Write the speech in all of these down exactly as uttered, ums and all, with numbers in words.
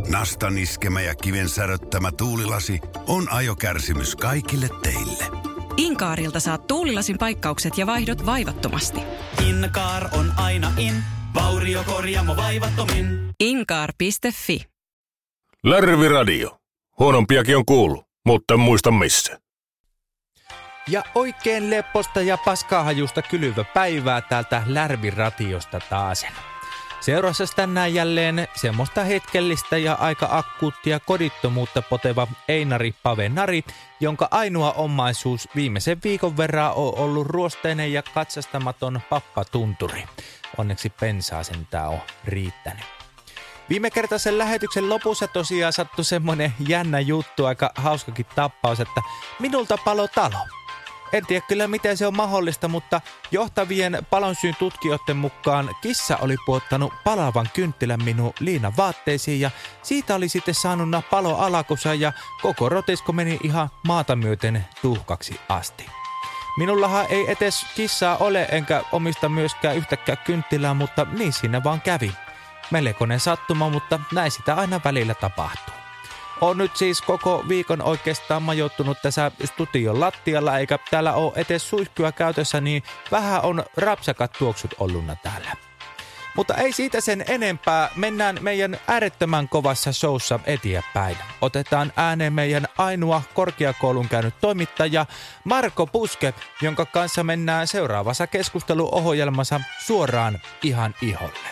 Nastan iskemä ja kiven säröttämä tuulilasi on ajokärsimys kaikille teille. Inkaarilta saat tuulilasin paikkaukset ja vaihdot vaivattomasti. Inkaar on aina in, vauriokorjaamo vaivattomin. Inkaar piste fi. Lärviradio. Huonompiakin on kuullut, mutta en muista missä. Ja oikein lepposta ja paskahajusta kylvä päivää täältä Lärviradiosta taasen. Seurassa tänään jälleen semmoista hetkellistä ja aika akuuttia kodittomuutta poteva Einari Pavenari, jonka ainoa omaisuus viimeisen viikon verran on ollut ruosteinen ja katsastamaton pappatunturi. Onneksi pensaa sentään on riittänyt. Viime kertaisen lähetyksen lopussa tosiaan sattui semmoinen jännä juttu, aika hauskakin tappaus, että minulta palo talo. En tiedä kyllä miten se on mahdollista, mutta johtavien palonsyyn tutkijoiden mukaan kissa oli puottanut palavan kynttilän minun liinan vaatteisiin ja siitä oli sitten saanut palo alakussa ja koko rotisko meni ihan maata myöten tuhkaksi asti. Minullahan ei edes kissaa ole enkä omista myöskään yhtäkään kynttilää, mutta niin siinä vaan kävi. Melkoinen sattuma, mutta näin sitä aina välillä tapahtuu. Olen nyt siis koko viikon oikeastaan majoittunut tässä studion lattialla, eikä täällä ole edes suihkyä käytössä, niin vähän on rapsakat tuoksut olluna täällä. Mutta ei siitä sen enempää, mennään meidän äärettömän kovassa showssa eteenpäin. Otetaan ääneen meidän ainoa korkeakoulun käynyt toimittaja Marko Puske, jonka kanssa mennään seuraavassa keskusteluohjelmassa suoraan ihan iholle.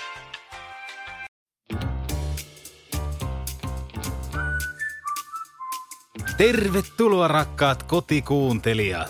Tervetuloa rakkaat kotikuuntelijat.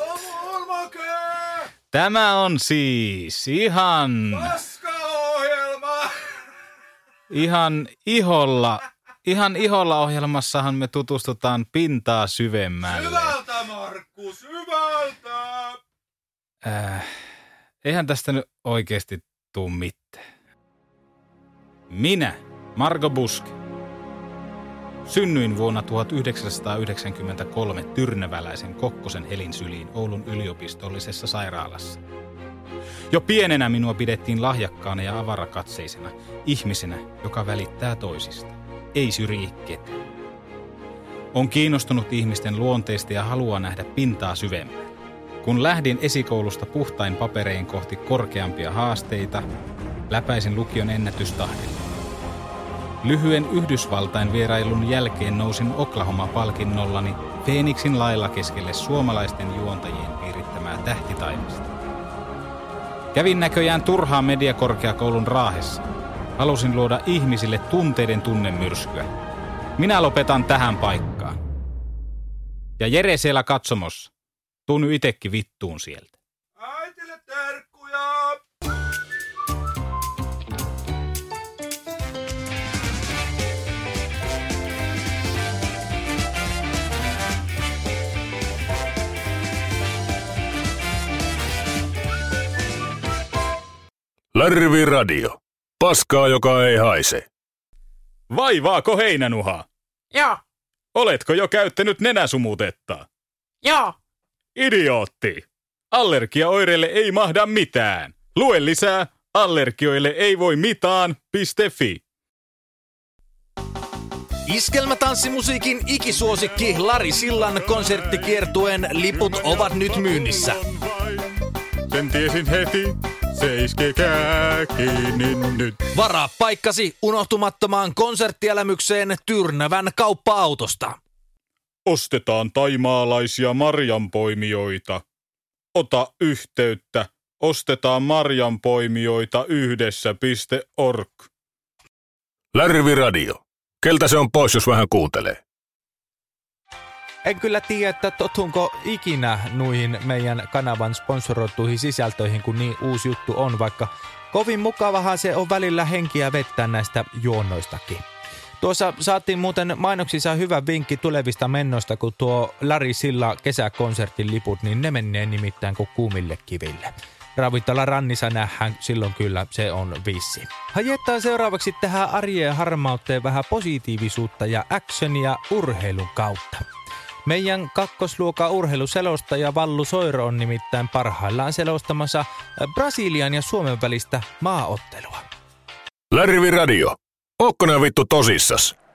Tämä on siis ihan... Paska-ohjelma! Ihan iholla, ihan iholla ohjelmassahan me tutustutaan pintaa syvemmälle. Syvältä, Markku, syvältä! Äh, eihän tästä nyt oikeasti tuu mitään. Minä, Marko Buske, synnyin vuonna tuhatyhdeksänsataayhdeksänkymmentäkolme tyrnäväläisen Kokkosen Helinsyliin Oulun yliopistollisessa sairaalassa. Jo pienenä minua pidettiin lahjakkaana ja avarakatseisena ihmisenä, joka välittää toisista. Ei syrji ketään. On kiinnostunut ihmisten luonteista ja haluaa nähdä pintaa syvemmälle. Kun lähdin esikoulusta puhtain paperein kohti korkeampia haasteita, läpäisin lukion ennätystahdilla. Lyhyen Yhdysvaltain vierailun jälkeen nousin Oklahoma-palkinnollani Phoenixin lailla keskelle suomalaisten juontajien piirittämää tähtitaivasta. Kävin näköjään turhaan mediakorkeakoulun Raahessa. Halusin luoda ihmisille tunteiden tunnemyrskyä. Minä lopetan tähän paikkaan. Ja Jere siellä katsomossa. Tuu nyt itekin vittuun sieltä. Äitille terkkuja! Lärviradio. Paskaa, joka ei haise. Vaivaako heinänuha? Joo. Oletko jo käyttänyt nenäsumutetta? Joo. Idiootti. Allergiaoireille ei mahda mitään. Lue lisää allergioille ei voi mitään piste fi. Iskelmätanssimusiikin ikisuosikki Lari Sillan konserttikiertueen liput ovat nyt myynnissä. Sen tiesin heti. Se iskekää kiinni nyt. Varaa paikkasi unohtumattomaan konserttielämykseen Tyrnävän kauppa-autosta. Ostetaan taimaalaisia marjanpoimijoita. Ota yhteyttä. Ostetaan marjanpoimijoita yhdessä piste org. Lärviradio. Keltä se on pois, jos vähän kuuntelee? En kyllä tiedä, että totunko ikinä nuihin meidän kanavan sponsoroituihin sisältöihin, kun niin uusi juttu on, vaikka kovin mukavahan se on välillä henkiä vettää näistä juonnoistakin. Tuossa saatiin muuten mainoksissa hyvä vinkki tulevista mennoista, kun tuo Lari Silla kesäkonsertin liput, niin ne menee nimittäin kuin kuumille kiville. Ravintola Rannissa nähdään silloin kyllä, se on vissi. Hajettaa seuraavaksi tähän arjeen harmauteen vähän positiivisuutta ja actionia urheilun kautta. Meidän kakkosluokan urheiluselostaja Vallu Soiro on nimittäin parhaillaan selostamassa Brasilian ja Suomen välistä maaottelua. Lärviradio. Ootko nää vittu tosissas?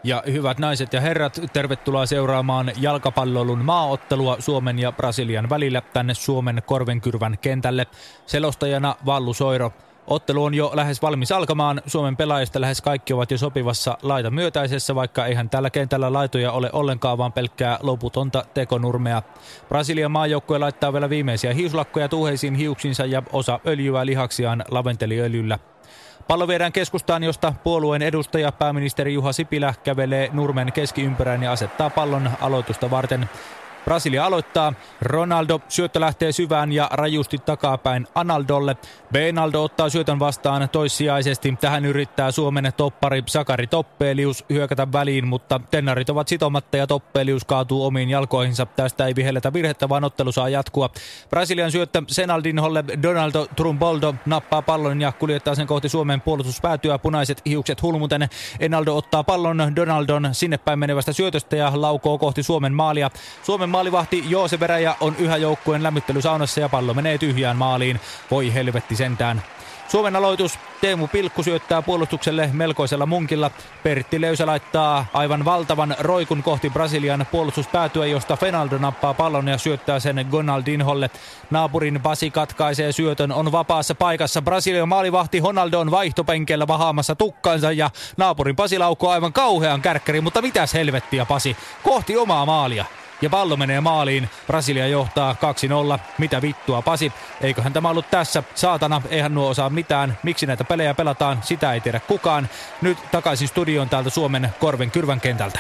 Ja hyvät naiset ja herrat, tervetuloa seuraamaan jalkapallolun maaottelua Suomen ja Brasilian välillä tänne Suomen Korvenkyrvän kentälle. Selostajana Vallu Soiro. Ottelu on jo lähes valmis alkamaan. Suomen pelaajista lähes kaikki ovat jo sopivassa laita myötäisessä, vaikka eihän tällä kentällä laitoja ole ollenkaan, vaan pelkkää loputonta tekonurmea. Brasilian maajoukkue laittaa vielä viimeisiä hiuslakkoja tuuheisiin hiuksinsa ja osa öljyä lihaksiaan laventeliöljyllä. Pallo viedään keskustaan, josta puolueen edustaja pääministeri Juha Sipilä kävelee nurmen keskiympärään ja asettaa pallon aloitusta varten. Brasilia aloittaa. Ronaldo syöttö lähtee syvään ja rajusti takapäin Analdolle. Beinaldo ottaa syötön vastaan toissijaisesti. Tähän yrittää Suomen toppari Sakari Toppelius hyökätä väliin, mutta tennarit ovat sitomatta ja Toppelius kaatuu omiin jalkoihinsa. Tästä ei vihelletä virhettä, vaan ottelu saa jatkua. Brasilian syöttö Senaldinholle. Donaldo Trumboldo nappaa pallon ja kuljettaa sen kohti Suomen puolustuspäätyä. Punaiset hiukset hulmuten. Enaldo ottaa pallon Donaldon sinne päin menevästä syötöstä ja laukoo kohti Suomen maalia. Suomen maalivahti Joose Veräjä on yhä joukkueen lämmittelysaunassa ja pallo menee tyhjään maaliin. Voi helvetti sentään. Suomen aloitus. Teemu Pilkku syöttää puolustukselle melkoisella munkilla. Pertti Löysä laittaa aivan valtavan roikun kohti Brasilian puolustuspäätyä, josta Fenaldo nappaa pallon ja syöttää sen Gonaldinholle. Naapurin Pasi katkaisee syötön, on vapaassa paikassa. Brasilian maalivahti Ronaldo on vaihtopenkeillä vahaamassa tukkansa ja naapurin Pasi laukoo aivan kauhean kärkkäri, mutta mitäs helvettiä Pasi, kohti omaa maalia. Ja pallo menee maaliin. Brasilia johtaa kaksi nolla. Mitä vittua Pasi? Eiköhän tämä ollut tässä? Saatana, eihän nuo osaa mitään. Miksi näitä pelejä pelataan? Sitä ei tiedä kukaan. Nyt takaisin studioon täältä Suomen Korvenkyrvän kentältä.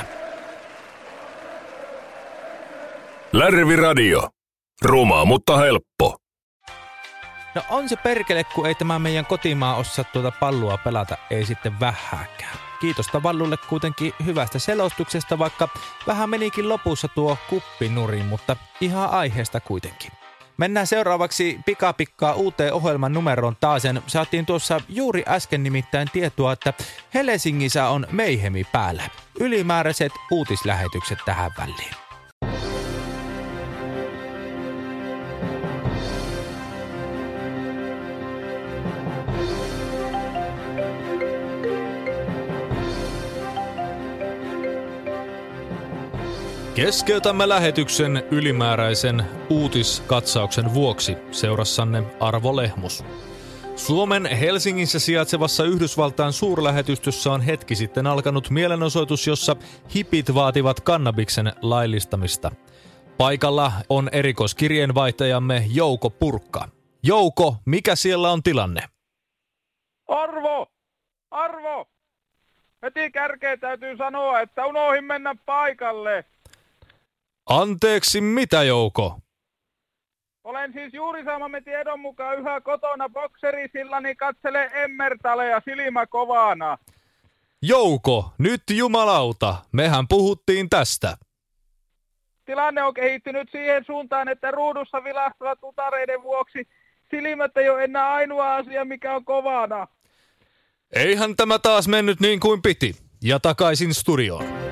Lärvi Radio. Ruma, mutta helppo. No on se perkele, kun ei tämä meidän kotimaa osaa tuota palloa pelata, ei sitten vähääkään. Kiitosta Vallulle kuitenkin hyvästä selostuksesta, vaikka vähän menikin lopussa tuo kuppinuri, mutta ihan aiheesta kuitenkin. Mennään seuraavaksi pikapikkaa uuteen ohjelman numeroon taasen. Saatiin tuossa juuri äsken nimittäin tietoa, että Helsingissä on meihemi päällä. Ylimääräiset uutislähetykset tähän väliin. Keskeytämme lähetyksen ylimääräisen uutiskatsauksen vuoksi. Seurassanne Arvo Lehmus. Suomen Helsingissä sijaitsevassa Yhdysvaltain suurlähetystössä on hetki sitten alkanut mielenosoitus, jossa hipit vaativat kannabiksen laillistamista. Paikalla on erikoiskirjeenvaihtajamme Jouko Purkka. Jouko, mikä siellä on tilanne? Arvo! Arvo! Heti kärkeen täytyy sanoa, että unohdin mennä paikalle. Anteeksi, mitä Jouko? Olen siis juuri saamamme tiedon mukaan yhä kotona bokserisillani, katsele Emmertaleja silmä kovana. Jouko, nyt jumalauta, mehän puhuttiin tästä. Tilanne on kehittynyt siihen suuntaan, että ruudussa vilahtavat utareiden vuoksi silmät ei ole enää ainoa asia, mikä on kovana. Eihän tämä taas mennyt niin kuin piti. Ja takaisin studioon.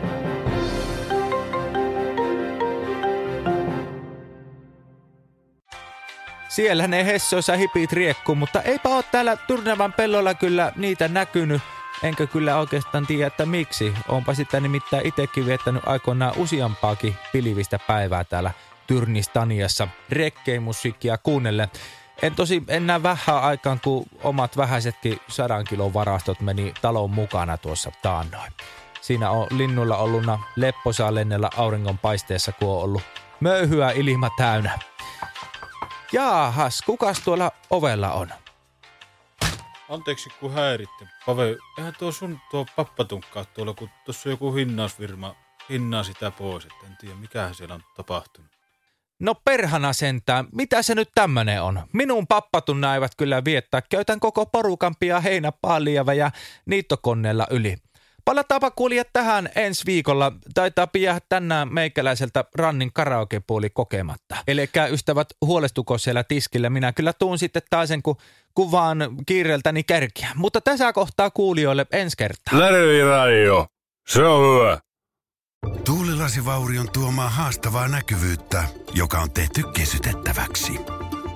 Siellä ne Hessoissa hipit riekkuu, mutta eipä ole täällä Tyrnävän pellolla kyllä niitä näkynyt. Enkä kyllä oikeastaan tiedä, että miksi. Onpa sitä nimittäin itsekin viettänyt aikoinaan useampaakin pilivistä päivää täällä Tyrnistaniassa rekkeimusiikkia kuunnellen. En tosi enää vähän aikaan, kun omat vähäisetkin sadan kilon varastot meni talon mukana tuossa taannoin. Siinä on linnuilla olluna lepposaa lennellä auringonpaisteessa, kun on ollut möyhyä ilma täynnä. Jaahas, kukas tuolla ovella on? Anteeksi kun häiritte. Pave, eihän tuo sun tuo pappatunkkaa tuolla, kun tuossa on joku hinnausfirma hinnaa sitä pois. Et en tiedä, mikähän siellä on tapahtunut. No perhana sentään, mitä se nyt tämmönen on? Minun pappatunna eivät kyllä viettää. Käytän koko porukan pian heinäpaalia ja niittokoneella yli. Palataanpa kuulijat tähän ensi viikolla. Taitaa jäädä tänään meikäläiseltä Rannin karaokepuoli kokematta. Elikkä ystävät, huolestuko siellä tiskillä? Minä kyllä tuun sitten taas sen, kun kuvaan kiireeltäni kärkiä. Mutta tässä kohtaa kuulijoille ensi kertaa. Lärvi Radio. Se on hyvä. Tuulilasivaurion tuomaa haastavaa näkyvyyttä, joka on tehty kesytettäväksi.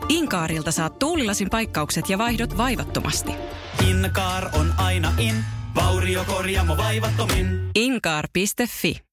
Inkaarilta saat tuulilasin paikkaukset ja vaihdot vaivattomasti. Inkaar on aina in, Vauriokorjaamo vaivattomin. Inkaar piste fi.